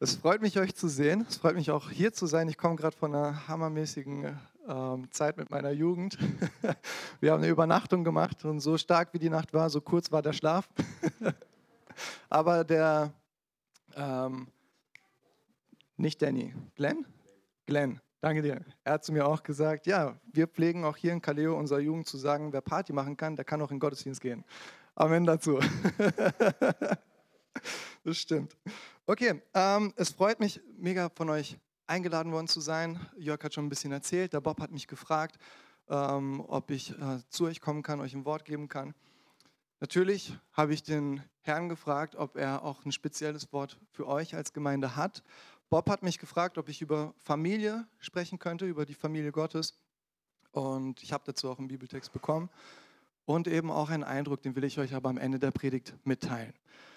Es freut mich, euch zu sehen. Es freut mich auch, hier zu sein. Ich komme gerade von einer hammermäßigen Zeit mit meiner Jugend. Wir haben eine Übernachtung gemacht und so stark wie die Nacht war, so kurz war der Schlaf. Aber ähm, nicht Danny, Glenn, danke dir. Er hat zu mir auch gesagt, ja, wir pflegen auch hier in Kaleo unserer Jugend zu sagen, wer Party machen kann, der kann auch in den Gottesdienst gehen. Amen dazu. Das stimmt. Okay, es freut mich mega von euch eingeladen worden zu sein. Jörg hat schon ein bisschen erzählt. Der Bob hat mich gefragt, ob ich zu euch kommen kann, euch ein Wort geben kann. Natürlich habe ich den Herrn gefragt, ob er auch ein spezielles Wort für euch als Gemeinde hat. Bob hat mich gefragt, ob ich über Familie sprechen könnte, über die Familie Gottes. Und ich habe dazu auch einen Bibeltext bekommen. Und eben auch einen Eindruck, den will ich euch aber am Ende der Predigt mitteilen.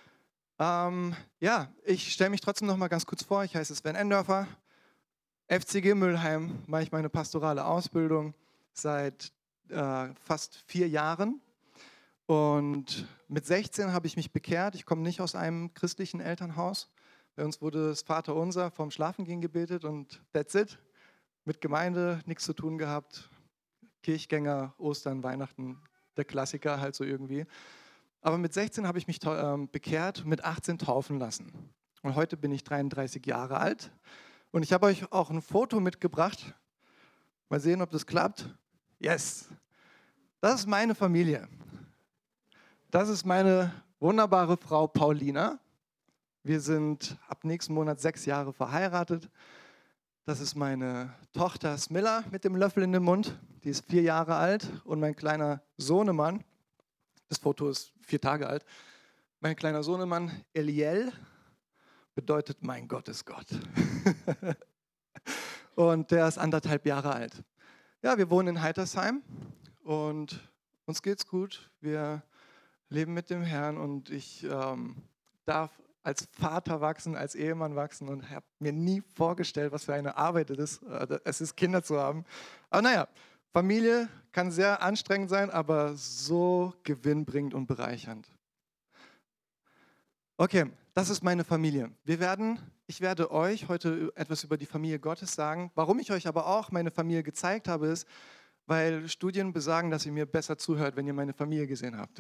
Ich stelle mich trotzdem noch mal ganz kurz vor. Ich heiße Sven Endorfer. FCG Mülheim mache ich meine pastorale Ausbildung seit fast 4 Jahren. Und mit 16 habe ich mich bekehrt. Ich komme nicht aus einem christlichen Elternhaus. Bei uns wurde das Vaterunser vorm Schlafengehen gebetet und that's it. Mit Gemeinde nichts zu tun gehabt. Kirchgänger, Ostern, Weihnachten, der Klassiker halt so irgendwie. Aber mit 16 habe ich mich bekehrt, mit 18 taufen lassen. Und heute bin ich 33 Jahre alt. Und ich habe euch auch ein Foto mitgebracht. Mal sehen, ob das klappt. Yes! Das ist meine Familie. Das ist meine wunderbare Frau Paulina. Wir sind ab nächsten Monat 6 Jahre verheiratet. Das ist meine Tochter Smilla mit dem Löffel in dem Mund. Die ist 4 Jahre alt. Und mein kleiner Sohnemann, das Foto ist 4 Tage alt. Mein kleiner Sohnemann Eliel bedeutet, mein Gott ist Gott. Und der ist 1,5 Jahre alt. Ja, wir wohnen in Heitersheim und uns geht's gut. Wir leben mit dem Herrn und ich darf als Vater wachsen, als Ehemann wachsen und habe mir nie vorgestellt, was für eine Arbeit es ist, Kinder zu haben. Aber naja, Familie kann sehr anstrengend sein, aber so gewinnbringend und bereichernd. Okay, das ist meine Familie. Ich werde euch heute etwas über die Familie Gottes sagen. Warum ich euch aber auch meine Familie gezeigt habe, ist, weil Studien besagen, dass ihr mir besser zuhört, wenn ihr meine Familie gesehen habt.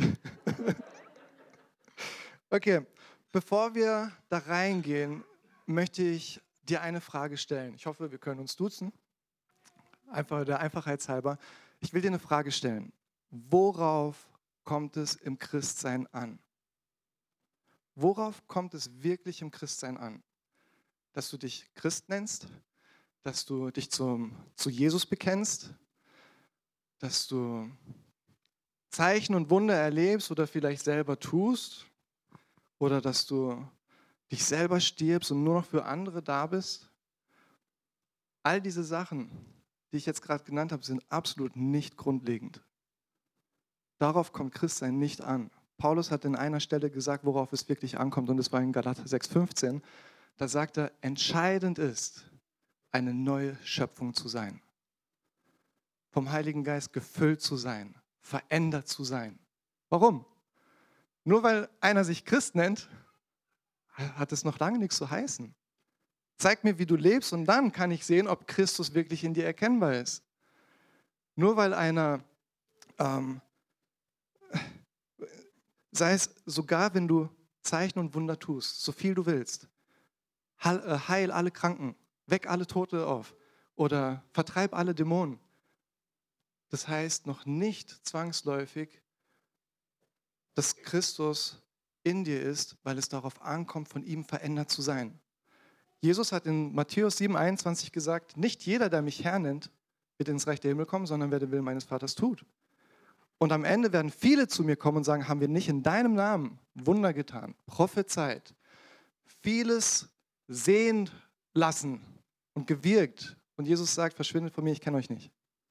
Okay, bevor wir da reingehen, möchte ich dir eine Frage stellen. Ich hoffe, wir können uns duzen. Einfach der Einfachheit halber. Ich will dir eine Frage stellen. Worauf kommt es im Christsein an? Worauf kommt es wirklich im Christsein an? Dass du dich Christ nennst? Dass du dich zu Jesus bekennst? Dass du Zeichen und Wunder erlebst oder vielleicht selber tust? Oder dass du dich selber stirbst und nur noch für andere da bist? All diese Sachen, die ich jetzt gerade genannt habe, sind absolut nicht grundlegend. Darauf kommt Christsein nicht an. Paulus hat in einer Stelle gesagt, worauf es wirklich ankommt, und das war in Galater 6,15. Da sagt er, entscheidend ist, eine neue Schöpfung zu sein. Vom Heiligen Geist gefüllt zu sein, verändert zu sein. Warum? Nur weil einer sich Christ nennt, hat es noch lange nichts zu heißen. Zeig mir, wie du lebst, und dann kann ich sehen, ob Christus wirklich in dir erkennbar ist. Nur weil einer, sei es sogar, wenn du Zeichen und Wunder tust, so viel du willst, heil alle Kranken, weck alle Tote auf oder vertreib alle Dämonen. Das heißt noch nicht zwangsläufig, dass Christus in dir ist, weil es darauf ankommt, von ihm verändert zu sein. Jesus hat in Matthäus 7,21 gesagt, nicht jeder, der mich Herr nennt, wird ins Reich der Himmel kommen, sondern wer den Willen meines Vaters tut. Und am Ende werden viele zu mir kommen und sagen, haben wir nicht in deinem Namen Wunder getan, prophezeit, vieles sehen lassen und gewirkt. Und Jesus sagt, verschwindet von mir, ich kenne euch nicht.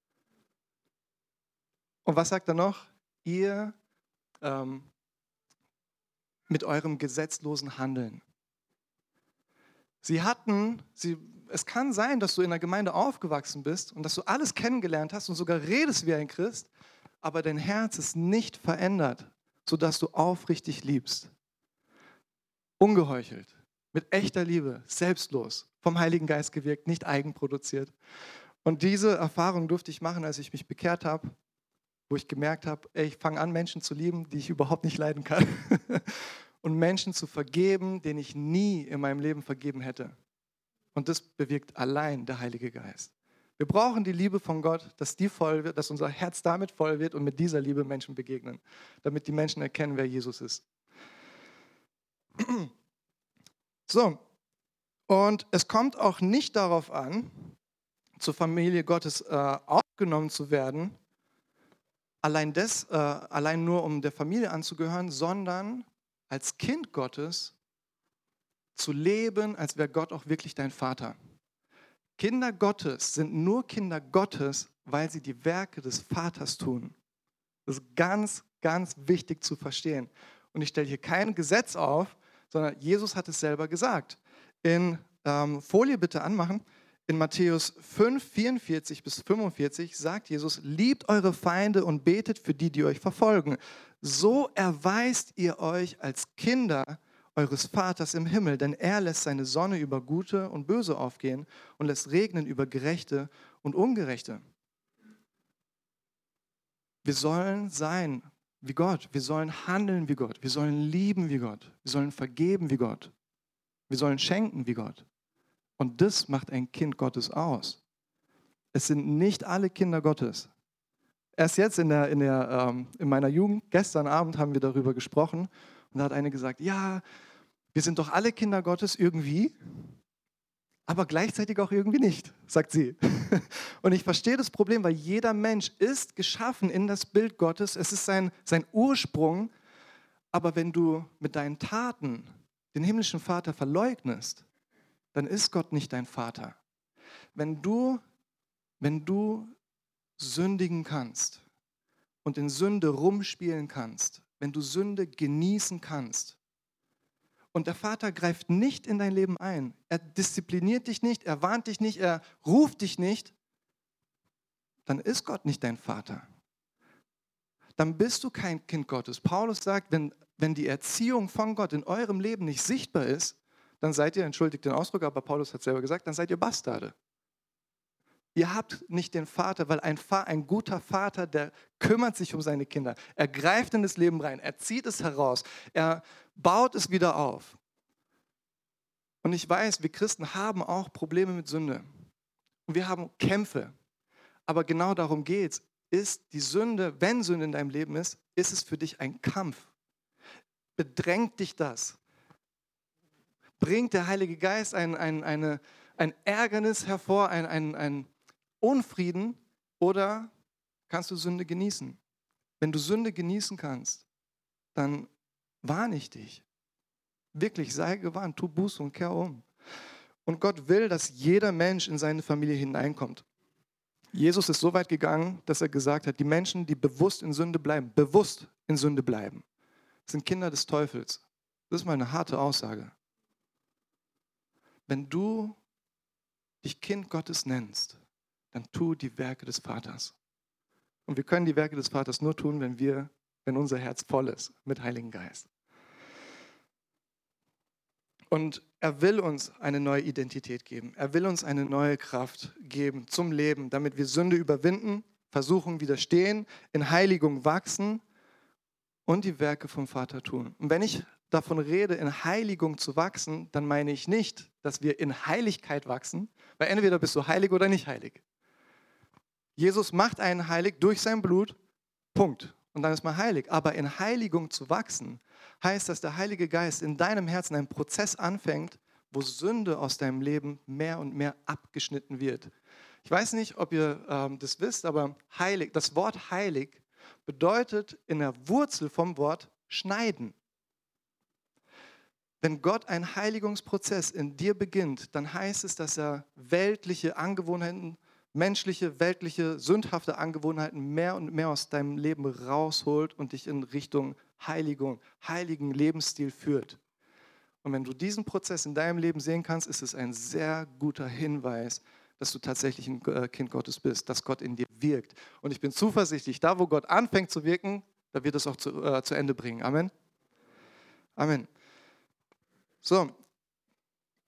Und was sagt er noch? Ihr mit eurem gesetzlosen Handeln. Es kann sein, dass du in einer Gemeinde aufgewachsen bist und dass du alles kennengelernt hast und sogar redest wie ein Christ, aber dein Herz ist nicht verändert, sodass du aufrichtig liebst. Ungeheuchelt, mit echter Liebe, selbstlos, vom Heiligen Geist gewirkt, nicht eigenproduziert. Und diese Erfahrung durfte ich machen, als ich mich bekehrt habe, wo ich gemerkt habe, ich fange an, Menschen zu lieben, die ich überhaupt nicht leiden kann. Und Menschen zu vergeben, denen ich nie in meinem Leben vergeben hätte. Und das bewirkt allein der Heilige Geist. Wir brauchen die Liebe von Gott, dass die voll wird, dass unser Herz damit voll wird und mit dieser Liebe Menschen begegnen, damit die Menschen erkennen, wer Jesus ist. So, und es kommt auch nicht darauf an, zur Familie Gottes aufgenommen zu werden, allein nur um der Familie anzugehören, sondern als Kind Gottes zu leben, als wäre Gott auch wirklich dein Vater. Kinder Gottes sind nur Kinder Gottes, weil sie die Werke des Vaters tun. Das ist ganz, ganz wichtig zu verstehen. Und ich stelle hier kein Gesetz auf, sondern Jesus hat es selber gesagt. In Folie bitte anmachen. In Matthäus 5, 44 bis 45 sagt Jesus, liebt eure Feinde und betet für die, die euch verfolgen. So erweist ihr euch als Kinder eures Vaters im Himmel, denn er lässt seine Sonne über Gute und Böse aufgehen und lässt regnen über Gerechte und Ungerechte. Wir sollen sein wie Gott, wir sollen handeln wie Gott, wir sollen lieben wie Gott, wir sollen vergeben wie Gott, wir sollen schenken wie Gott. Und das macht ein Kind Gottes aus. Es sind nicht alle Kinder Gottes. Erst jetzt in meiner Jugend, gestern Abend haben wir darüber gesprochen und da hat eine gesagt, ja, wir sind doch alle Kinder Gottes irgendwie, aber gleichzeitig auch irgendwie nicht, sagt sie. Und ich verstehe das Problem, weil jeder Mensch ist geschaffen in das Bild Gottes. Es ist sein Ursprung. Aber wenn du mit deinen Taten den himmlischen Vater verleugnest, dann ist Gott nicht dein Vater. Wenn du sündigen kannst und in Sünde rumspielen kannst, wenn du Sünde genießen kannst, und der Vater greift nicht in dein Leben ein. Er diszipliniert dich nicht, er warnt dich nicht, er ruft dich nicht. Dann ist Gott nicht dein Vater. Dann bist du kein Kind Gottes. Paulus sagt, wenn die Erziehung von Gott in eurem Leben nicht sichtbar ist, dann seid ihr, entschuldigt den Ausdruck, aber Paulus hat selber gesagt, dann seid ihr Bastarde. Ihr habt nicht den Vater, weil ein guter Vater, der kümmert sich um seine Kinder. Er greift in das Leben rein, er zieht es heraus, er baut es wieder auf. Und ich weiß, wir Christen haben auch Probleme mit Sünde. Und wir haben Kämpfe. Aber genau darum geht es. Ist die Sünde, wenn Sünde in deinem Leben ist es für dich ein Kampf. Bedrängt dich das? Bringt der Heilige Geist ein Ärgernis hervor, ein Unfrieden, oder kannst du Sünde genießen? Wenn du Sünde genießen kannst, dann warne ich dich. Wirklich, sei gewarnt, tu Buße und kehr um. Und Gott will, dass jeder Mensch in seine Familie hineinkommt. Jesus ist so weit gegangen, dass er gesagt hat, die Menschen, die bewusst in Sünde bleiben, sind Kinder des Teufels. Das ist mal eine harte Aussage. Wenn du dich Kind Gottes nennst, dann tu die Werke des Vaters. Und wir können die Werke des Vaters nur tun, wenn unser Herz voll ist mit Heiligen Geist. Und er will uns eine neue Identität geben. Er will uns eine neue Kraft geben zum Leben, damit wir Sünde überwinden, Versuchung widerstehen, in Heiligung wachsen und die Werke vom Vater tun. Und wenn ich davon rede, in Heiligung zu wachsen, dann meine ich nicht, dass wir in Heiligkeit wachsen, weil entweder bist du heilig oder nicht heilig. Jesus macht einen heilig durch sein Blut, Punkt. Und dann ist man heilig. Aber in Heiligung zu wachsen, heißt, dass der Heilige Geist in deinem Herzen einen Prozess anfängt, wo Sünde aus deinem Leben mehr und mehr abgeschnitten wird. Ich weiß nicht, ob ihr das wisst, aber heilig, das Wort heilig bedeutet in der Wurzel vom Wort schneiden. Wenn Gott einen Heiligungsprozess in dir beginnt, dann heißt es, dass er weltliche Angewohnheiten, menschliche, weltliche, sündhafte Angewohnheiten mehr und mehr aus deinem Leben rausholt und dich in Richtung Heiligung, heiligen Lebensstil führt. Und wenn du diesen Prozess in deinem Leben sehen kannst, ist es ein sehr guter Hinweis, dass du tatsächlich ein Kind Gottes bist, dass Gott in dir wirkt. Und ich bin zuversichtlich, da wo Gott anfängt zu wirken, da wird es auch zu Ende bringen. Amen. Amen. So,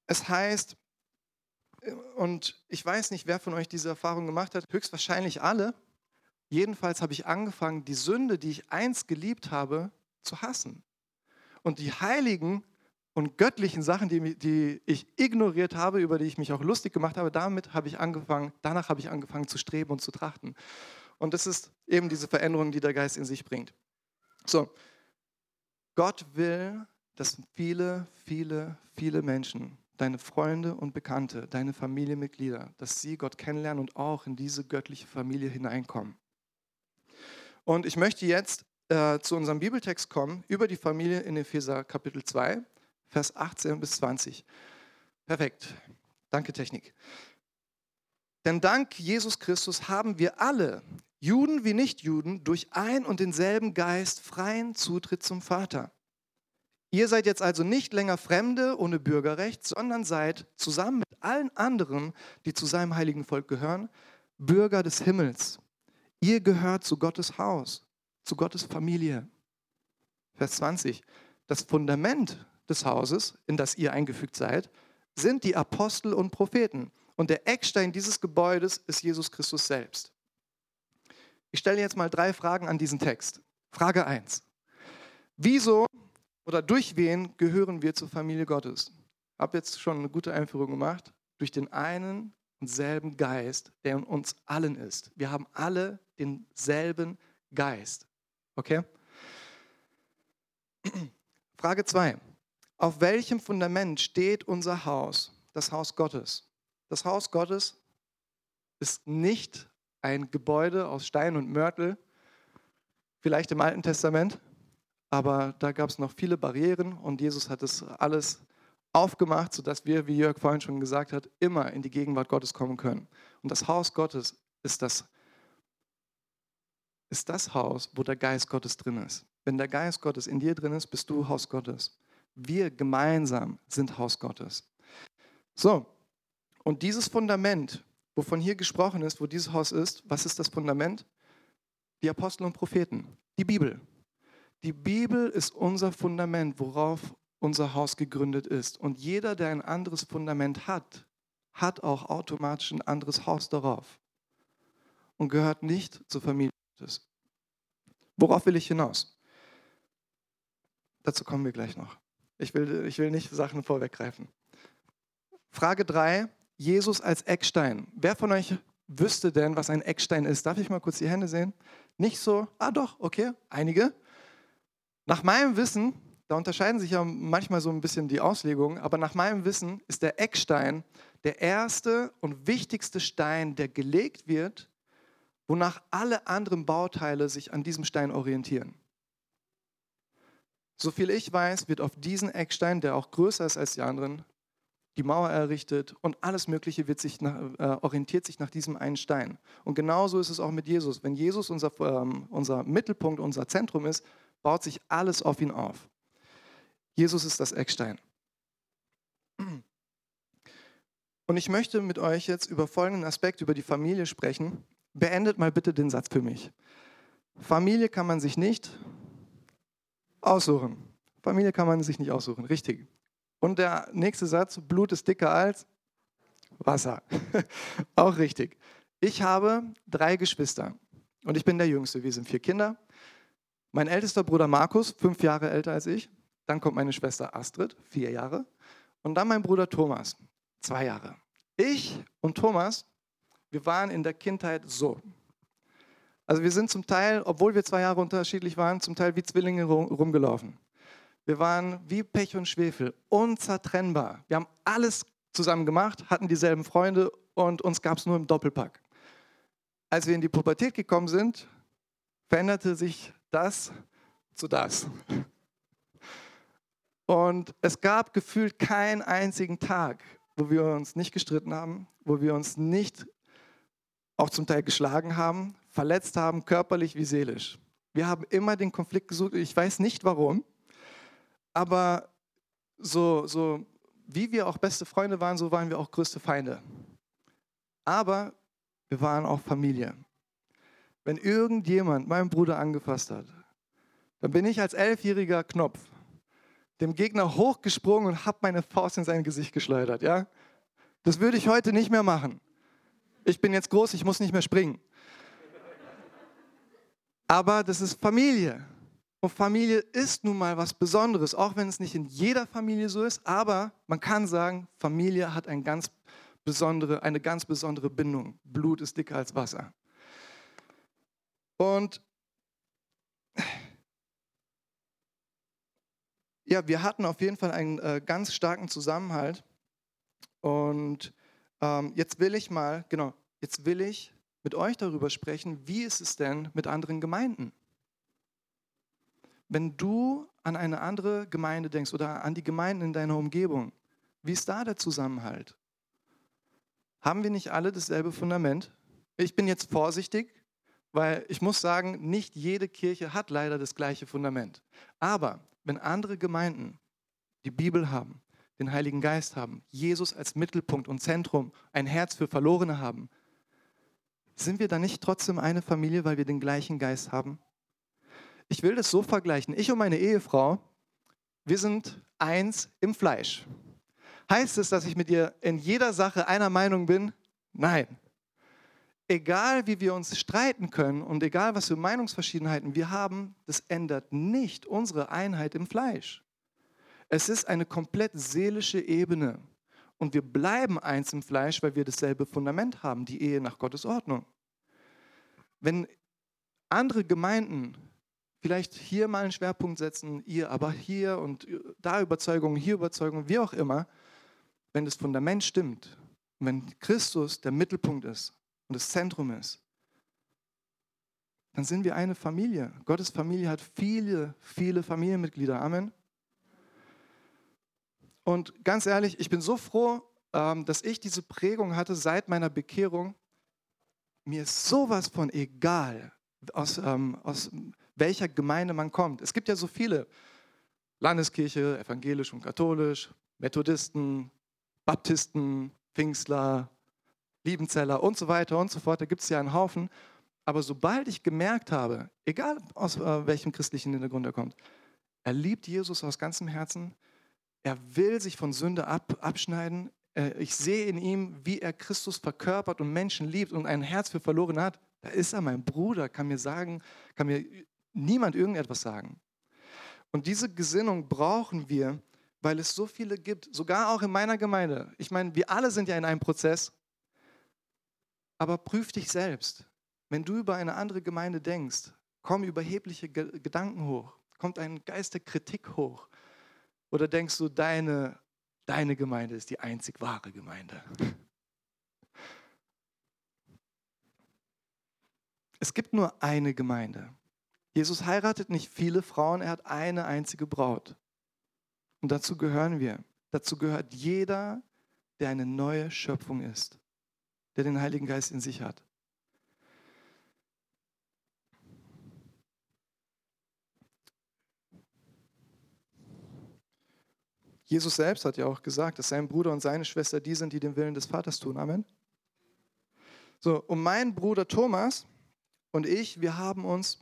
Es heißt, und ich weiß nicht, wer von euch diese Erfahrung gemacht hat, höchstwahrscheinlich alle. Jedenfalls habe ich angefangen, die Sünde, die ich einst geliebt habe, zu hassen. Und die heiligen und göttlichen Sachen, die ich ignoriert habe, über die ich mich auch lustig gemacht habe, danach habe ich angefangen zu streben und zu trachten. Und das ist eben diese Veränderung, die der Geist in sich bringt. So, Gott will, dass viele, viele, viele Menschen, deine Freunde und Bekannte, deine Familienmitglieder, dass sie Gott kennenlernen und auch in diese göttliche Familie hineinkommen. Und ich möchte jetzt zu unserem Bibeltext kommen über die Familie in Epheser Kapitel 2, Vers 18 bis 20. Perfekt. Danke, Technik. Denn dank Jesus Christus haben wir alle, Juden wie Nichtjuden, durch ein und denselben Geist freien Zutritt zum Vater. Ihr seid jetzt also nicht länger Fremde ohne Bürgerrecht, sondern seid zusammen mit allen anderen, die zu seinem heiligen Volk gehören, Bürger des Himmels. Ihr gehört zu Gottes Haus, zu Gottes Familie. Vers 20. Das Fundament des Hauses, in das ihr eingefügt seid, sind die Apostel und Propheten. Und der Eckstein dieses Gebäudes ist Jesus Christus selbst. Ich stelle jetzt mal 3 Fragen an diesen Text. Frage 1. Wieso oder durch wen gehören wir zur Familie Gottes? Ich habe jetzt schon eine gute Einführung gemacht. Durch den einen und selben Geist, der in uns allen ist. Wir haben alle denselben Geist. Okay? Frage 2. Auf welchem Fundament steht unser Haus, das Haus Gottes? Das Haus Gottes ist nicht ein Gebäude aus Stein und Mörtel, vielleicht im Alten Testament, aber da gab es noch viele Barrieren und Jesus hat das alles aufgemacht, sodass wir, wie Jörg vorhin schon gesagt hat, immer in die Gegenwart Gottes kommen können. Und das Haus Gottes ist das Haus, wo der Geist Gottes drin ist. Wenn der Geist Gottes in dir drin ist, bist du Haus Gottes. Wir gemeinsam sind Haus Gottes. So, und dieses Fundament, wovon hier gesprochen ist, wo dieses Haus ist, was ist das Fundament? Die Apostel und Propheten, die Bibel. Die Bibel ist unser Fundament, worauf unser Haus gegründet ist. Und jeder, der ein anderes Fundament hat, hat auch automatisch ein anderes Haus darauf und gehört nicht zur Familie Gottes. Worauf will ich hinaus? Dazu kommen wir gleich noch. Ich will nicht Sachen vorweggreifen. Frage 3, Jesus als Eckstein. Wer von euch wüsste denn, was ein Eckstein ist? Darf ich mal kurz die Hände sehen? Nicht so, doch, okay, einige. Nach meinem Wissen, da unterscheiden sich ja manchmal so ein bisschen die Auslegungen, aber nach meinem Wissen ist der Eckstein der erste und wichtigste Stein, der gelegt wird, wonach alle anderen Bauteile sich an diesem Stein orientieren. Soviel ich weiß, wird auf diesen Eckstein, der auch größer ist als die anderen, die Mauer errichtet und alles Mögliche orientiert sich nach diesem einen Stein. Und genauso ist es auch mit Jesus. Wenn Jesus unser Mittelpunkt, unser Zentrum ist, baut sich alles auf ihn auf. Jesus ist das Eckstein. Und ich möchte mit euch jetzt über folgenden Aspekt, über die Familie sprechen. Beendet mal bitte den Satz für mich. Familie kann man sich nicht aussuchen. Familie kann man sich nicht aussuchen, richtig. Und der nächste Satz, Blut ist dicker als Wasser. Auch richtig. Ich habe 3 Geschwister und ich bin der Jüngste. Wir sind 4 Kinder. Mein ältester Bruder Markus, 5 Jahre älter als ich. Dann kommt meine Schwester Astrid, 4 Jahre. Und dann mein Bruder Thomas, 2 Jahre. Ich und Thomas, wir waren in der Kindheit so. Also wir sind zum Teil, obwohl wir 2 Jahre unterschiedlich waren, zum Teil wie Zwillinge rumgelaufen. Wir waren wie Pech und Schwefel, unzertrennbar. Wir haben alles zusammen gemacht, hatten dieselben Freunde und uns gab es nur im Doppelpack. Als wir in die Pubertät gekommen sind, veränderte sich das zu das. Und es gab gefühlt keinen einzigen Tag, wo wir uns nicht gestritten haben, wo wir uns nicht auch zum Teil geschlagen haben, verletzt haben, körperlich wie seelisch. Wir haben immer den Konflikt gesucht. Ich weiß nicht warum, aber so wie wir auch beste Freunde waren, so waren wir auch größte Feinde. Aber wir waren auch Familie. Wenn irgendjemand meinen Bruder angefasst hat, dann bin ich als 11-jähriger Knopf dem Gegner hochgesprungen und habe meine Faust in sein Gesicht geschleudert. Ja? Das würde ich heute nicht mehr machen. Ich bin jetzt groß, ich muss nicht mehr springen. Aber das ist Familie. Und Familie ist nun mal was Besonderes, auch wenn es nicht in jeder Familie so ist. Aber man kann sagen, Familie hat eine ganz besondere Bindung. Blut ist dicker als Wasser. Und ja, wir hatten auf jeden Fall einen ganz starken Zusammenhalt. Und jetzt will ich mit euch darüber sprechen, wie ist es denn mit anderen Gemeinden? Wenn du an eine andere Gemeinde denkst oder an die Gemeinden in deiner Umgebung, wie ist da der Zusammenhalt? Haben wir nicht alle dasselbe Fundament? Ich bin jetzt vorsichtig, weil ich muss sagen, nicht jede Kirche hat leider das gleiche Fundament. Aber wenn andere Gemeinden die Bibel haben, den Heiligen Geist haben, Jesus als Mittelpunkt und Zentrum, ein Herz für Verlorene haben, sind wir dann nicht trotzdem eine Familie, weil wir den gleichen Geist haben? Ich will das so vergleichen. Ich und meine Ehefrau, wir sind eins im Fleisch. Heißt es, dass ich mit ihr in jeder Sache einer Meinung bin? Nein. Egal, wie wir uns streiten können und egal, was für Meinungsverschiedenheiten wir haben, das ändert nicht unsere Einheit im Fleisch. Es ist eine komplett seelische Ebene. Und wir bleiben eins im Fleisch, weil wir dasselbe Fundament haben, die Ehe nach Gottes Ordnung. Wenn andere Gemeinden vielleicht hier mal einen Schwerpunkt setzen, ihr aber hier und da Überzeugungen, hier Überzeugungen, wie auch immer, wenn das Fundament stimmt und wenn Christus der Mittelpunkt ist und das Zentrum ist, dann sind wir eine Familie. Gottes Familie hat viele, viele Familienmitglieder. Amen. Und ganz ehrlich, ich bin so froh, dass ich diese Prägung hatte seit meiner Bekehrung. Mir ist sowas von egal, aus welcher Gemeinde man kommt. Es gibt ja so viele, Landeskirche, evangelisch und katholisch, Methodisten, Baptisten, Pfingstler, Liebenzeller und so weiter und so fort. Da gibt es ja einen Haufen. Aber sobald ich gemerkt habe, egal aus welchem christlichen Hintergrund er kommt, er liebt Jesus aus ganzem Herzen, er will sich von Sünde abschneiden, ich sehe in ihm, wie er Christus verkörpert und Menschen liebt und ein Herz für Verlorene hat, da ist er mein Bruder, kann mir niemand irgendetwas sagen. Und diese Gesinnung brauchen wir, weil es so viele gibt, sogar auch in meiner Gemeinde. Ich meine, wir alle sind ja in einem Prozess, aber prüf dich selbst. Wenn du über eine andere Gemeinde denkst, kommen überhebliche Gedanken hoch, kommt ein Geist der Kritik hoch. Oder denkst du, deine Gemeinde ist die einzig wahre Gemeinde? Es gibt nur eine Gemeinde. Jesus heiratet nicht viele Frauen, er hat eine einzige Braut. Und dazu gehören wir. Dazu gehört jeder, der eine neue Schöpfung ist, der den Heiligen Geist in sich hat. Jesus selbst hat ja auch gesagt, dass sein Bruder und seine Schwester die sind, die den Willen des Vaters tun. Amen. So, und mein Bruder Thomas und ich, wir haben uns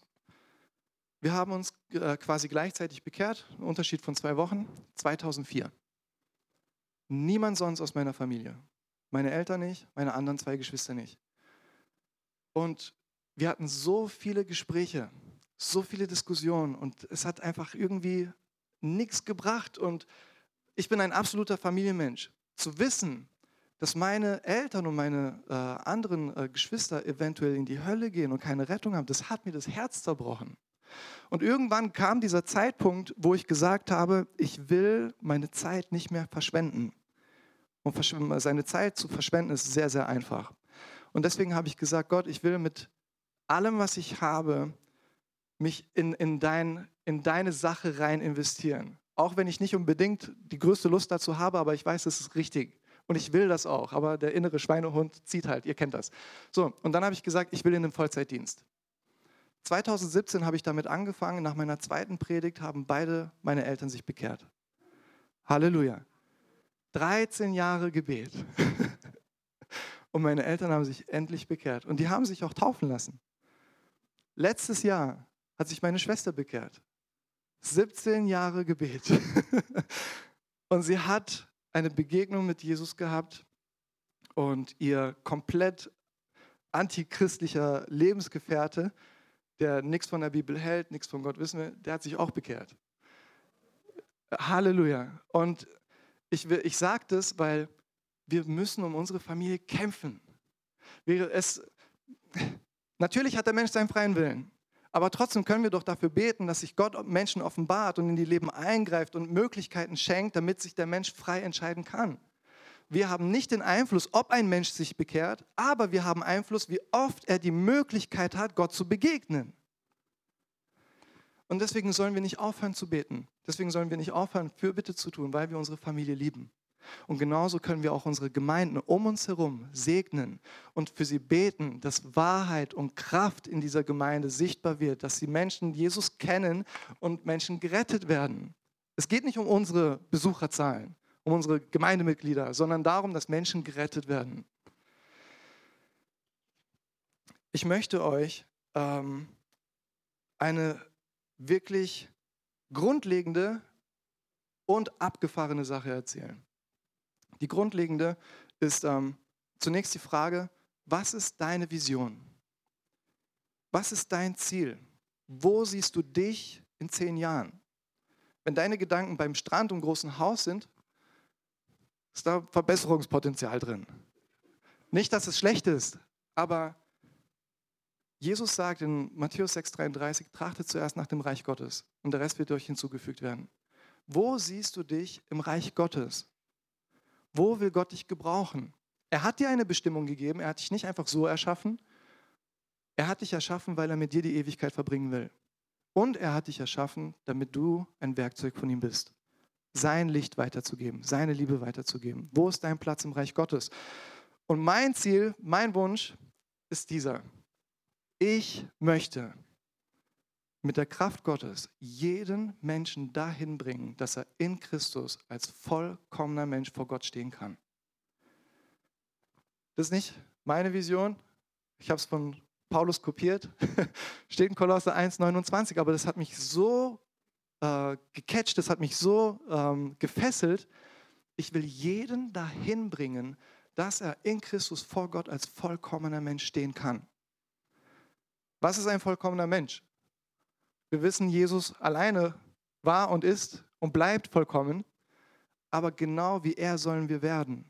quasi gleichzeitig bekehrt, ein Unterschied von 2 Wochen, 2004. Niemand sonst aus meiner Familie. Meine Eltern nicht, meine anderen 2 Geschwister nicht. Und wir hatten so viele Gespräche, so viele Diskussionen und es hat einfach irgendwie nichts gebracht. Und ich bin ein absoluter Familienmensch. Zu wissen, dass meine Eltern und meine anderen Geschwister eventuell in die Hölle gehen und keine Rettung haben, das hat mir das Herz zerbrochen. Und irgendwann kam dieser Zeitpunkt, wo ich gesagt habe, ich will meine Zeit nicht mehr verschwenden. Und seine Zeit zu verschwenden ist sehr, sehr einfach. Und deswegen habe ich gesagt, Gott, ich will mit allem, was ich habe, mich in deine Sache rein investieren. Auch wenn ich nicht unbedingt die größte Lust dazu habe, aber ich weiß, es ist richtig. Und ich will das auch, aber der innere Schweinehund zieht halt, ihr kennt das. So, und dann habe ich gesagt, ich will in den Vollzeitdienst. 2017 habe ich damit angefangen, nach meiner zweiten Predigt haben beide meine Eltern sich bekehrt. Halleluja. 13 Jahre Gebet. Und meine Eltern haben sich endlich bekehrt. Und die haben sich auch taufen lassen. Letztes Jahr hat sich meine Schwester bekehrt. 17 Jahre Gebet. Und sie hat eine Begegnung mit Jesus gehabt und ihr komplett antichristlicher Lebensgefährte, der nichts von der Bibel hält, nichts von Gott wissen will, der hat sich auch bekehrt. Halleluja. Und ich sage das, weil wir müssen um unsere Familie kämpfen. Natürlich hat der Mensch seinen freien Willen, aber trotzdem können wir doch dafür beten, dass sich Gott Menschen offenbart und in die Leben eingreift und Möglichkeiten schenkt, damit sich der Mensch frei entscheiden kann. Wir haben nicht den Einfluss, ob ein Mensch sich bekehrt, aber wir haben Einfluss, wie oft er die Möglichkeit hat, Gott zu begegnen. Und deswegen sollen wir nicht aufhören zu beten. Deswegen sollen wir nicht aufhören, Fürbitte zu tun, weil wir unsere Familie lieben. Und genauso können wir auch unsere Gemeinden um uns herum segnen und für sie beten, dass Wahrheit und Kraft in dieser Gemeinde sichtbar wird, dass die Menschen Jesus kennen und Menschen gerettet werden. Es geht nicht um unsere Besucherzahlen, um unsere Gemeindemitglieder, sondern darum, dass Menschen gerettet werden. Ich möchte euch eine wirklich grundlegende und abgefahrene Sache erzählen. Die grundlegende ist zunächst die Frage, was ist deine Vision? Was ist dein Ziel? Wo siehst du dich in 10 Jahren? Wenn deine Gedanken beim Strand und großen Haus sind, ist da Verbesserungspotenzial drin. Nicht, dass es schlecht ist, aber Jesus sagt in Matthäus 6,33, trachtet zuerst nach dem Reich Gottes und der Rest wird euch hinzugefügt werden. Wo siehst du dich im Reich Gottes? Wo will Gott dich gebrauchen? Er hat dir eine Bestimmung gegeben, er hat dich nicht einfach so erschaffen. Er hat dich erschaffen, weil er mit dir die Ewigkeit verbringen will. Und er hat dich erschaffen, damit du ein Werkzeug von ihm bist. Sein Licht weiterzugeben, seine Liebe weiterzugeben. Wo ist dein Platz im Reich Gottes? Und mein Ziel, mein Wunsch ist dieser. Ich möchte mit der Kraft Gottes jeden Menschen dahin bringen, dass er in Christus als vollkommener Mensch vor Gott stehen kann. Das ist nicht meine Vision. Ich habe es von Paulus kopiert. Steht in Kolosser 1,29, aber das hat mich so gecatcht, das hat mich so gefesselt. Ich will jeden dahin bringen, dass er in Christus vor Gott als vollkommener Mensch stehen kann. Was ist ein vollkommener Mensch? Wir wissen, Jesus alleine war und ist und bleibt vollkommen, aber genau wie er sollen wir werden.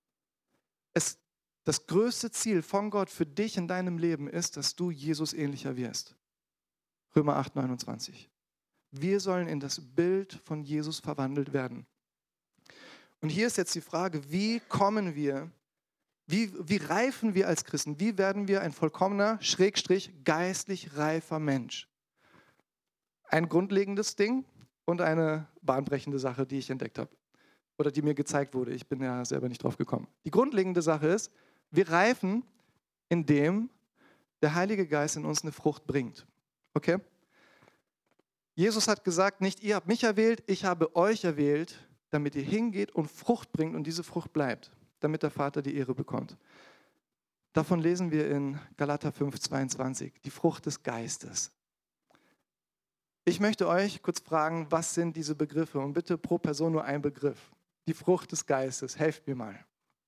Das größte Ziel von Gott für dich in deinem Leben ist, dass du Jesus ähnlicher wirst. Römer 8,29. Wir sollen in das Bild von Jesus verwandelt werden. Und hier ist jetzt die Frage, wie kommen wir, wie reifen wir als Christen? Wie werden wir ein vollkommener, geistlich reifer Mensch? Ein grundlegendes Ding und eine bahnbrechende Sache, die ich entdeckt habe oder die mir gezeigt wurde. Ich bin ja selber nicht drauf gekommen. Die grundlegende Sache ist, wir reifen, indem der Heilige Geist in uns eine Frucht bringt. Okay? Jesus hat gesagt, nicht ihr habt mich erwählt, ich habe euch erwählt, damit ihr hingeht und Frucht bringt und diese Frucht bleibt, damit der Vater die Ehre bekommt. Davon lesen wir in Galater 5,22, die Frucht des Geistes. Ich möchte euch kurz fragen, was sind diese Begriffe? Und bitte pro Person nur ein Begriff. Die Frucht des Geistes, helft mir mal.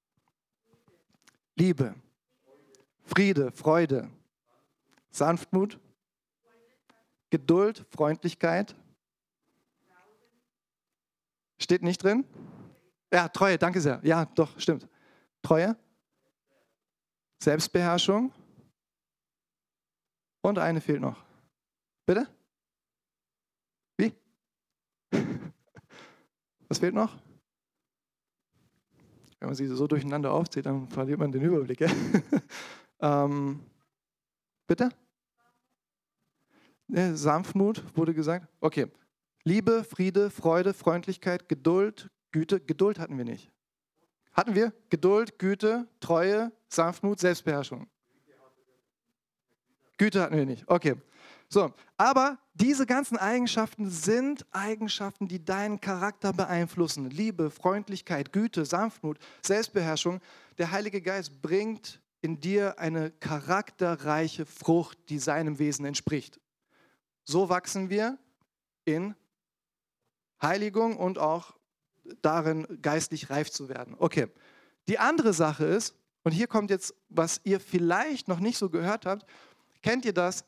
Liebe, Friede, Freude, Sanftmut, Geduld, Freundlichkeit. Steht nicht drin? Ja, Treue, danke sehr. Ja, doch, stimmt. Treue, Selbstbeherrschung und eine fehlt noch. Bitte? Wie? Was fehlt noch? Wenn man sie so durcheinander aufzählt, dann verliert man den Überblick. Ja? Bitte? Sanftmut wurde gesagt. Okay. Liebe, Friede, Freude, Freundlichkeit, Geduld, Güte. Geduld hatten wir nicht. Hatten wir? Geduld, Güte, Treue, Sanftmut, Selbstbeherrschung. Güte hatten wir nicht. Okay. So, aber diese ganzen Eigenschaften sind Eigenschaften, die deinen Charakter beeinflussen. Liebe, Freundlichkeit, Güte, Sanftmut, Selbstbeherrschung. Der Heilige Geist bringt in dir eine charakterreiche Frucht, die seinem Wesen entspricht. So wachsen wir in Heiligung und auch darin geistlich reif zu werden. Okay, die andere Sache ist, und hier kommt jetzt, was ihr vielleicht noch nicht so gehört habt, kennt ihr das?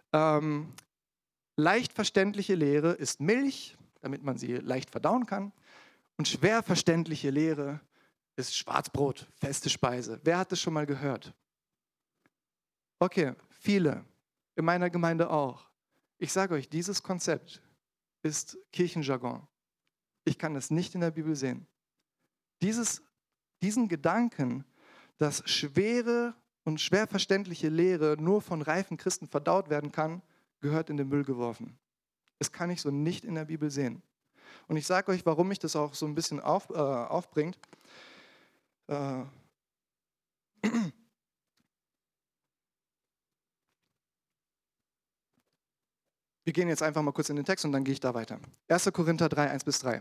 Leicht verständliche Lehre ist Milch, damit man sie leicht verdauen kann. Und schwer verständliche Lehre ist Schwarzbrot, feste Speise. Wer hat das schon mal gehört? Okay, viele. In meiner Gemeinde auch. Ich sage euch, dieses Konzept ist Kirchenjargon. Ich kann das nicht in der Bibel sehen. Diesen Gedanken, dass schwere und schwer verständliche Lehre nur von reifen Christen verdaut werden kann, gehört in den Müll geworfen. Das kann ich so nicht in der Bibel sehen. Und ich sage euch, warum mich das auch so ein bisschen aufbringt. Wir gehen jetzt einfach mal kurz in den Text und dann gehe ich da weiter. 1. Korinther 3, 1-3.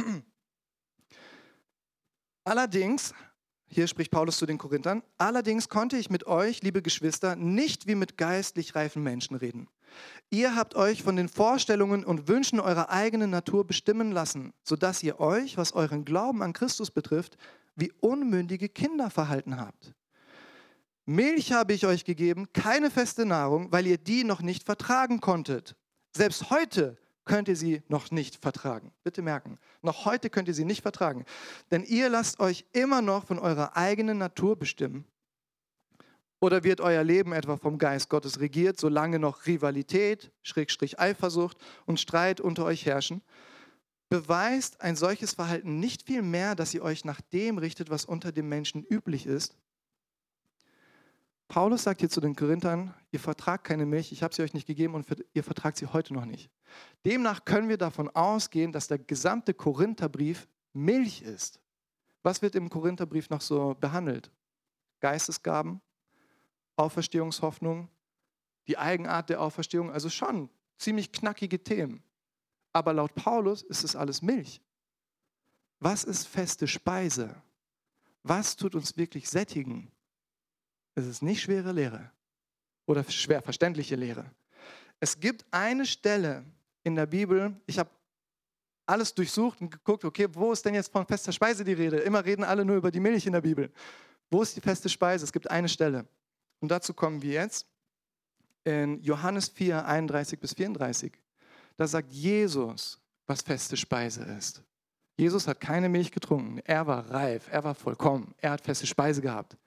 Allerdings, hier spricht Paulus zu den Korinthern, allerdings konnte ich mit euch, liebe Geschwister, nicht wie mit geistlich reifen Menschen reden. Ihr habt euch von den Vorstellungen und Wünschen eurer eigenen Natur bestimmen lassen, sodass ihr euch, was euren Glauben an Christus betrifft, wie unmündige Kinder verhalten habt. Milch habe ich euch gegeben, keine feste Nahrung, weil ihr die noch nicht vertragen konntet. Selbst heute könnt ihr sie noch nicht vertragen. Bitte merken, noch heute könnt ihr sie nicht vertragen. Denn ihr lasst euch immer noch von eurer eigenen Natur bestimmen. Oder wird euer Leben etwa vom Geist Gottes regiert, solange noch Rivalität, Eifersucht und Streit unter euch herrschen? Beweist ein solches Verhalten nicht viel mehr, dass ihr euch nach dem richtet, was unter dem Menschen üblich ist? Paulus sagt hier zu den Korinthern, ihr vertragt keine Milch, ich habe sie euch nicht gegeben und ihr vertragt sie heute noch nicht. Demnach können wir davon ausgehen, dass der gesamte Korintherbrief Milch ist. Was wird im Korintherbrief noch so behandelt? Geistesgaben, Auferstehungshoffnung, die Eigenart der Auferstehung, also schon ziemlich knackige Themen. Aber laut Paulus ist es alles Milch. Was ist feste Speise? Was tut uns wirklich sättigen? Es ist nicht schwere Lehre oder schwer verständliche Lehre. Es gibt eine Stelle in der Bibel, ich habe alles durchsucht und geguckt, okay, wo ist denn jetzt von fester Speise die Rede? Immer reden alle nur über die Milch in der Bibel. Wo ist die feste Speise? Es gibt eine Stelle. Und dazu kommen wir jetzt in Johannes 4, 31-34. Da sagt Jesus, was feste Speise ist. Jesus hat keine Milch getrunken. Er war reif, er war vollkommen. Er hat feste Speise gehabt.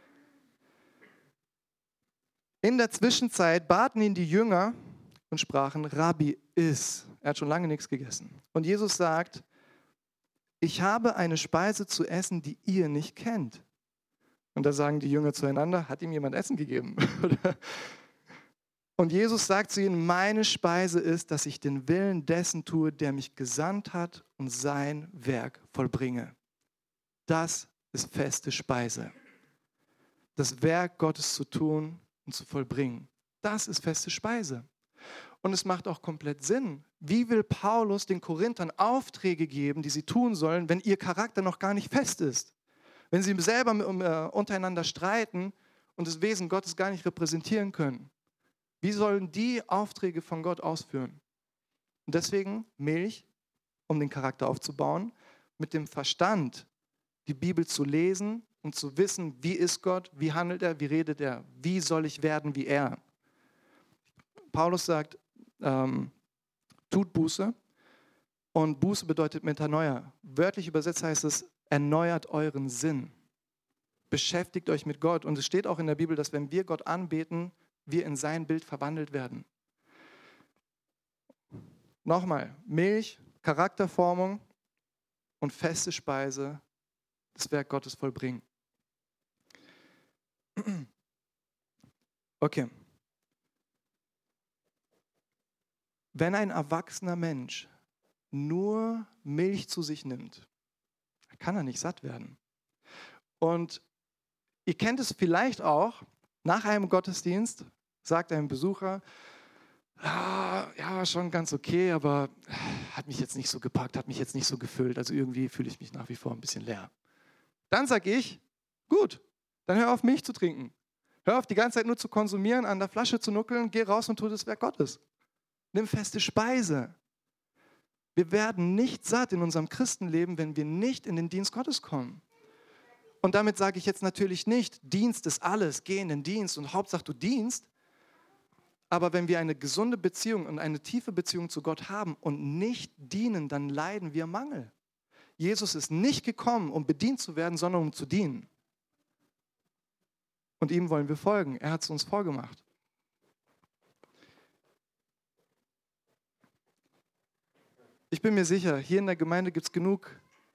In der Zwischenzeit baten ihn die Jünger und sprachen, Rabbi, iss. Er hat schon lange nichts gegessen. Und Jesus sagt, ich habe eine Speise zu essen, die ihr nicht kennt. Und da sagen die Jünger zueinander, hat ihm jemand Essen gegeben? Und Jesus sagt zu ihnen, meine Speise ist, dass ich den Willen dessen tue, der mich gesandt hat und sein Werk vollbringe. Das ist feste Speise. Das Werk Gottes zu tun und zu vollbringen. Das ist feste Speise. Und es macht auch komplett Sinn. Wie will Paulus den Korinthern Aufträge geben, die sie tun sollen, wenn ihr Charakter noch gar nicht fest ist? Wenn sie selber untereinander streiten und das Wesen Gottes gar nicht repräsentieren können. Wie sollen die Aufträge von Gott ausführen? Und deswegen Milch, um den Charakter aufzubauen, mit dem Verstand die Bibel zu lesen und zu wissen, wie ist Gott, wie handelt er, wie redet er, wie soll ich werden wie er. Paulus sagt, tut Buße und Buße bedeutet Metanoia. Wörtlich übersetzt heißt es, erneuert euren Sinn. Beschäftigt euch mit Gott. Und es steht auch in der Bibel, dass wenn wir Gott anbeten, wir in sein Bild verwandelt werden. Nochmal, Milch, Charakterformung und feste Speise, das Werk Gottes vollbringen. Okay. Wenn ein erwachsener Mensch nur Milch zu sich nimmt, kann er nicht satt werden. Und ihr kennt es vielleicht auch, nach einem Gottesdienst sagt ein Besucher, ja, schon ganz okay, aber hat mich jetzt nicht so gepackt, hat mich jetzt nicht so gefüllt, also irgendwie fühle ich mich nach wie vor ein bisschen leer. Dann sage ich, gut, dann hör auf Milch zu trinken. Hör auf die ganze Zeit nur zu konsumieren, an der Flasche zu nuckeln, geh raus und tu das Werk Gottes. Nimm feste Speise. Wir werden nicht satt in unserem Christenleben, wenn wir nicht in den Dienst Gottes kommen. Und damit sage ich jetzt natürlich nicht, Dienst ist alles, geh in den Dienst und Hauptsache du dienst. Aber wenn wir eine gesunde Beziehung und eine tiefe Beziehung zu Gott haben und nicht dienen, dann leiden wir Mangel. Jesus ist nicht gekommen, um bedient zu werden, sondern um zu dienen. Und ihm wollen wir folgen. Er hat es uns vorgemacht. Ich bin mir sicher, hier in der Gemeinde gibt es genug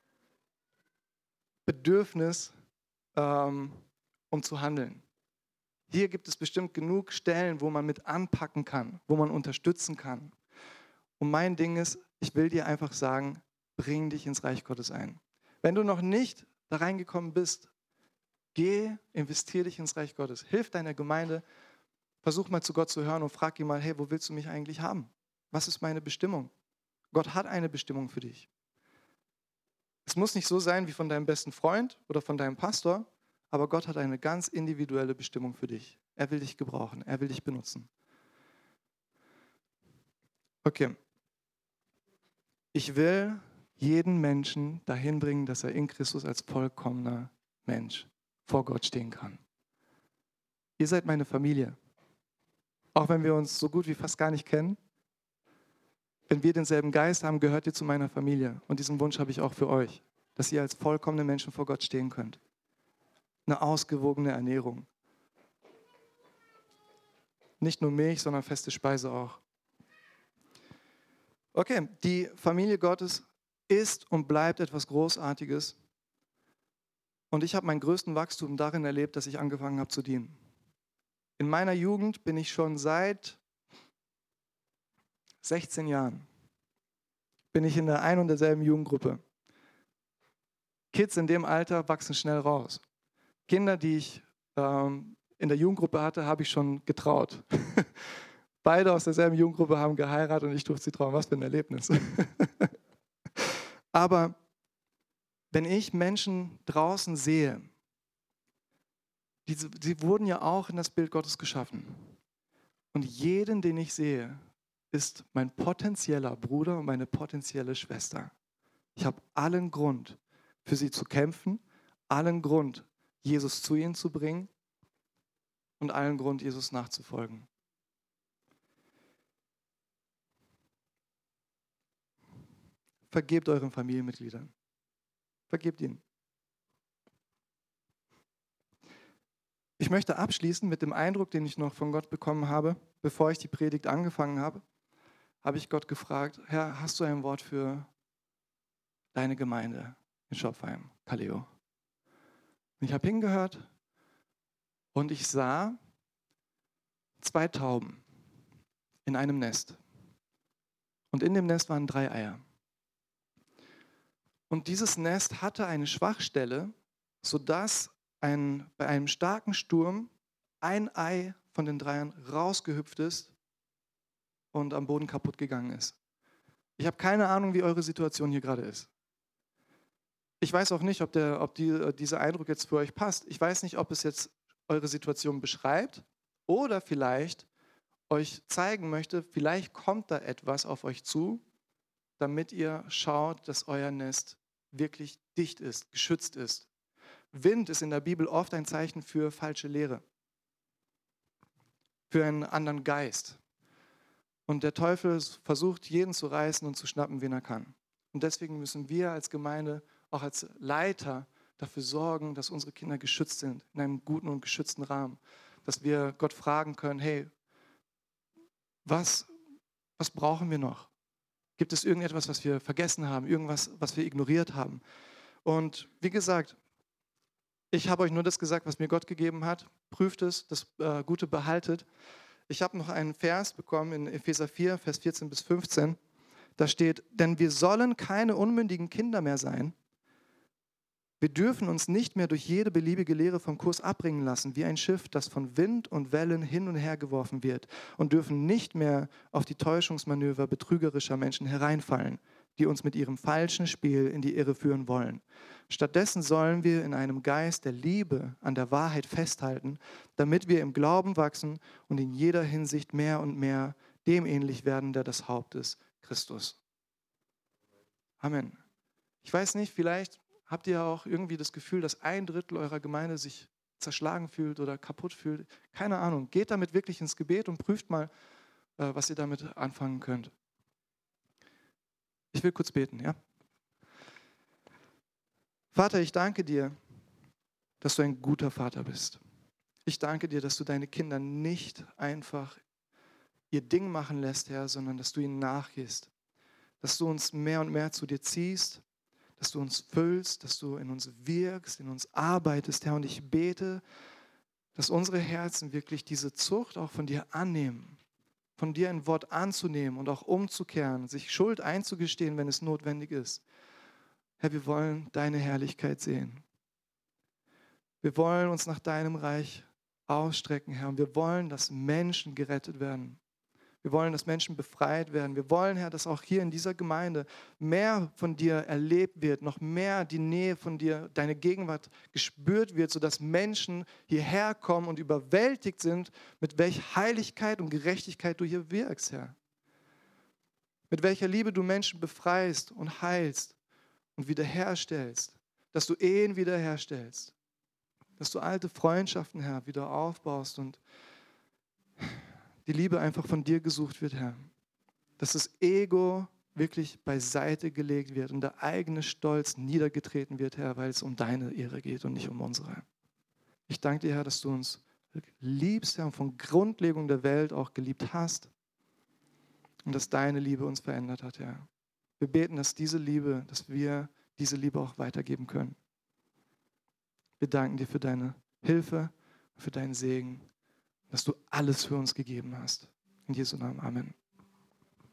Bedürfnis, um zu handeln. Hier gibt es bestimmt genug Stellen, wo man mit anpacken kann, wo man unterstützen kann. Und mein Ding ist, ich will dir einfach sagen, bring dich ins Reich Gottes ein. Wenn du noch nicht da reingekommen bist, geh, investier dich ins Reich Gottes. Hilf deiner Gemeinde, versuch mal zu Gott zu hören und frag ihn mal, hey, wo willst du mich eigentlich haben? Was ist meine Bestimmung? Gott hat eine Bestimmung für dich. Es muss nicht so sein wie von deinem besten Freund oder von deinem Pastor, aber Gott hat eine ganz individuelle Bestimmung für dich. Er will dich gebrauchen, er will dich benutzen. Okay. Ich will jeden Menschen dahin bringen, dass er in Christus als vollkommener Mensch vor Gott stehen kann. Ihr seid meine Familie. Auch wenn wir uns so gut wie fast gar nicht kennen, wenn wir denselben Geist haben, gehört ihr zu meiner Familie. Und diesen Wunsch habe ich auch für euch, dass ihr als vollkommene Menschen vor Gott stehen könnt. Eine ausgewogene Ernährung. Nicht nur Milch, sondern feste Speise auch. Okay, die Familie Gottes ist und bleibt etwas Großartiges. Und ich habe meinen größten Wachstum darin erlebt, dass ich angefangen habe zu dienen. In meiner Jugend bin ich schon seit 16 Jahren bin ich in der ein und derselben Jugendgruppe. Kids in dem Alter wachsen schnell raus. Kinder, die ich in der Jugendgruppe hatte, habe ich schon getraut. Beide aus derselben Jugendgruppe haben geheiratet und ich durfte sie trauen. Was für ein Erlebnis. Aber wenn ich Menschen draußen sehe, sie wurden ja auch in das Bild Gottes geschaffen. Und jeden, den ich sehe, ist mein potenzieller Bruder und meine potenzielle Schwester. Ich habe allen Grund, für sie zu kämpfen, allen Grund, Jesus zu ihnen zu bringen und allen Grund, Jesus nachzufolgen. Vergebt euren Familienmitgliedern. Vergebt ihnen. Ich möchte abschließen mit dem Eindruck, den ich noch von Gott bekommen habe. Bevor ich die Predigt angefangen habe, habe ich Gott gefragt, Herr, hast du ein Wort für deine Gemeinde in Schopfheim, Kaleo? Und ich habe hingehört und ich sah 2 Tauben in einem Nest. Und in dem Nest waren 3 Eier. Und dieses Nest hatte eine Schwachstelle, sodass bei einem starken Sturm ein Ei von den 3 rausgehüpft ist und am Boden kaputt gegangen ist. Ich habe keine Ahnung, wie eure Situation hier gerade ist. Ich weiß auch nicht, ob dieser Eindruck jetzt für euch passt. Ich weiß nicht, ob es jetzt eure Situation beschreibt oder vielleicht euch zeigen möchte, vielleicht kommt da etwas auf euch zu, damit ihr schaut, dass euer Nest wirklich dicht ist, geschützt ist. Wind ist in der Bibel oft ein Zeichen für falsche Lehre, für einen anderen Geist. Und der Teufel versucht, jeden zu reißen und zu schnappen, wen er kann. Und deswegen müssen wir als Gemeinde, auch als Leiter, dafür sorgen, dass unsere Kinder geschützt sind, in einem guten und geschützten Rahmen. Dass wir Gott fragen können, hey, was brauchen wir noch? Gibt es irgendetwas, was wir vergessen haben, irgendwas, was wir ignoriert haben? Und wie gesagt, ich habe euch nur das gesagt, was mir Gott gegeben hat. Prüft es, das Gute behaltet. Ich habe noch einen Vers bekommen in Epheser 4, Vers 14 bis 15. Da steht, denn wir sollen keine unmündigen Kinder mehr sein. Wir dürfen uns nicht mehr durch jede beliebige Lehre vom Kurs abbringen lassen, wie ein Schiff, das von Wind und Wellen hin und her geworfen wird, und dürfen nicht mehr auf die Täuschungsmanöver betrügerischer Menschen hereinfallen, die uns mit ihrem falschen Spiel in die Irre führen wollen. Stattdessen sollen wir in einem Geist der Liebe an der Wahrheit festhalten, damit wir im Glauben wachsen und in jeder Hinsicht mehr und mehr dem ähnlich werden, der das Haupt ist, Christus. Amen. Ich weiß nicht, vielleicht habt ihr auch irgendwie das Gefühl, dass 1/3 eurer Gemeinde sich zerschlagen fühlt oder kaputt fühlt. Keine Ahnung. Geht damit wirklich ins Gebet und prüft mal, was ihr damit anfangen könnt. Ich will kurz beten, ja? Vater, ich danke dir, dass du ein guter Vater bist. Ich danke dir, dass du deine Kinder nicht einfach ihr Ding machen lässt, Herr, sondern dass du ihnen nachgehst. Dass du uns mehr und mehr zu dir ziehst, dass du uns füllst, dass du in uns wirkst, in uns arbeitest, Herr. Und ich bete, dass unsere Herzen wirklich diese Zucht auch von dir annehmen, von dir ein Wort anzunehmen und auch umzukehren, sich Schuld einzugestehen, wenn es notwendig ist. Herr, wir wollen deine Herrlichkeit sehen. Wir wollen uns nach deinem Reich ausstrecken, Herr, und wir wollen, dass Menschen gerettet werden. Wir wollen, dass Menschen befreit werden. Wir wollen, Herr, dass auch hier in dieser Gemeinde mehr von dir erlebt wird, noch mehr die Nähe von dir, deine Gegenwart gespürt wird, sodass Menschen hierher kommen und überwältigt sind, mit welcher Heiligkeit und Gerechtigkeit du hier wirkst, Herr. Mit welcher Liebe du Menschen befreist und heilst und wiederherstellst, dass du Ehen wiederherstellst, dass du alte Freundschaften, Herr, wieder aufbaust und die Liebe einfach von dir gesucht wird, Herr. Dass das Ego wirklich beiseite gelegt wird und der eigene Stolz niedergetreten wird, Herr, weil es um deine Ehre geht und nicht um unsere. Ich danke dir, Herr, dass du uns liebst, Herr, und von Grundlegung der Welt auch geliebt hast und dass deine Liebe uns verändert hat, Herr. Wir beten, dass wir diese Liebe auch weitergeben können. Wir danken dir für deine Hilfe, für deinen Segen, dass du alles für uns gegeben hast. In Jesu Namen. Amen.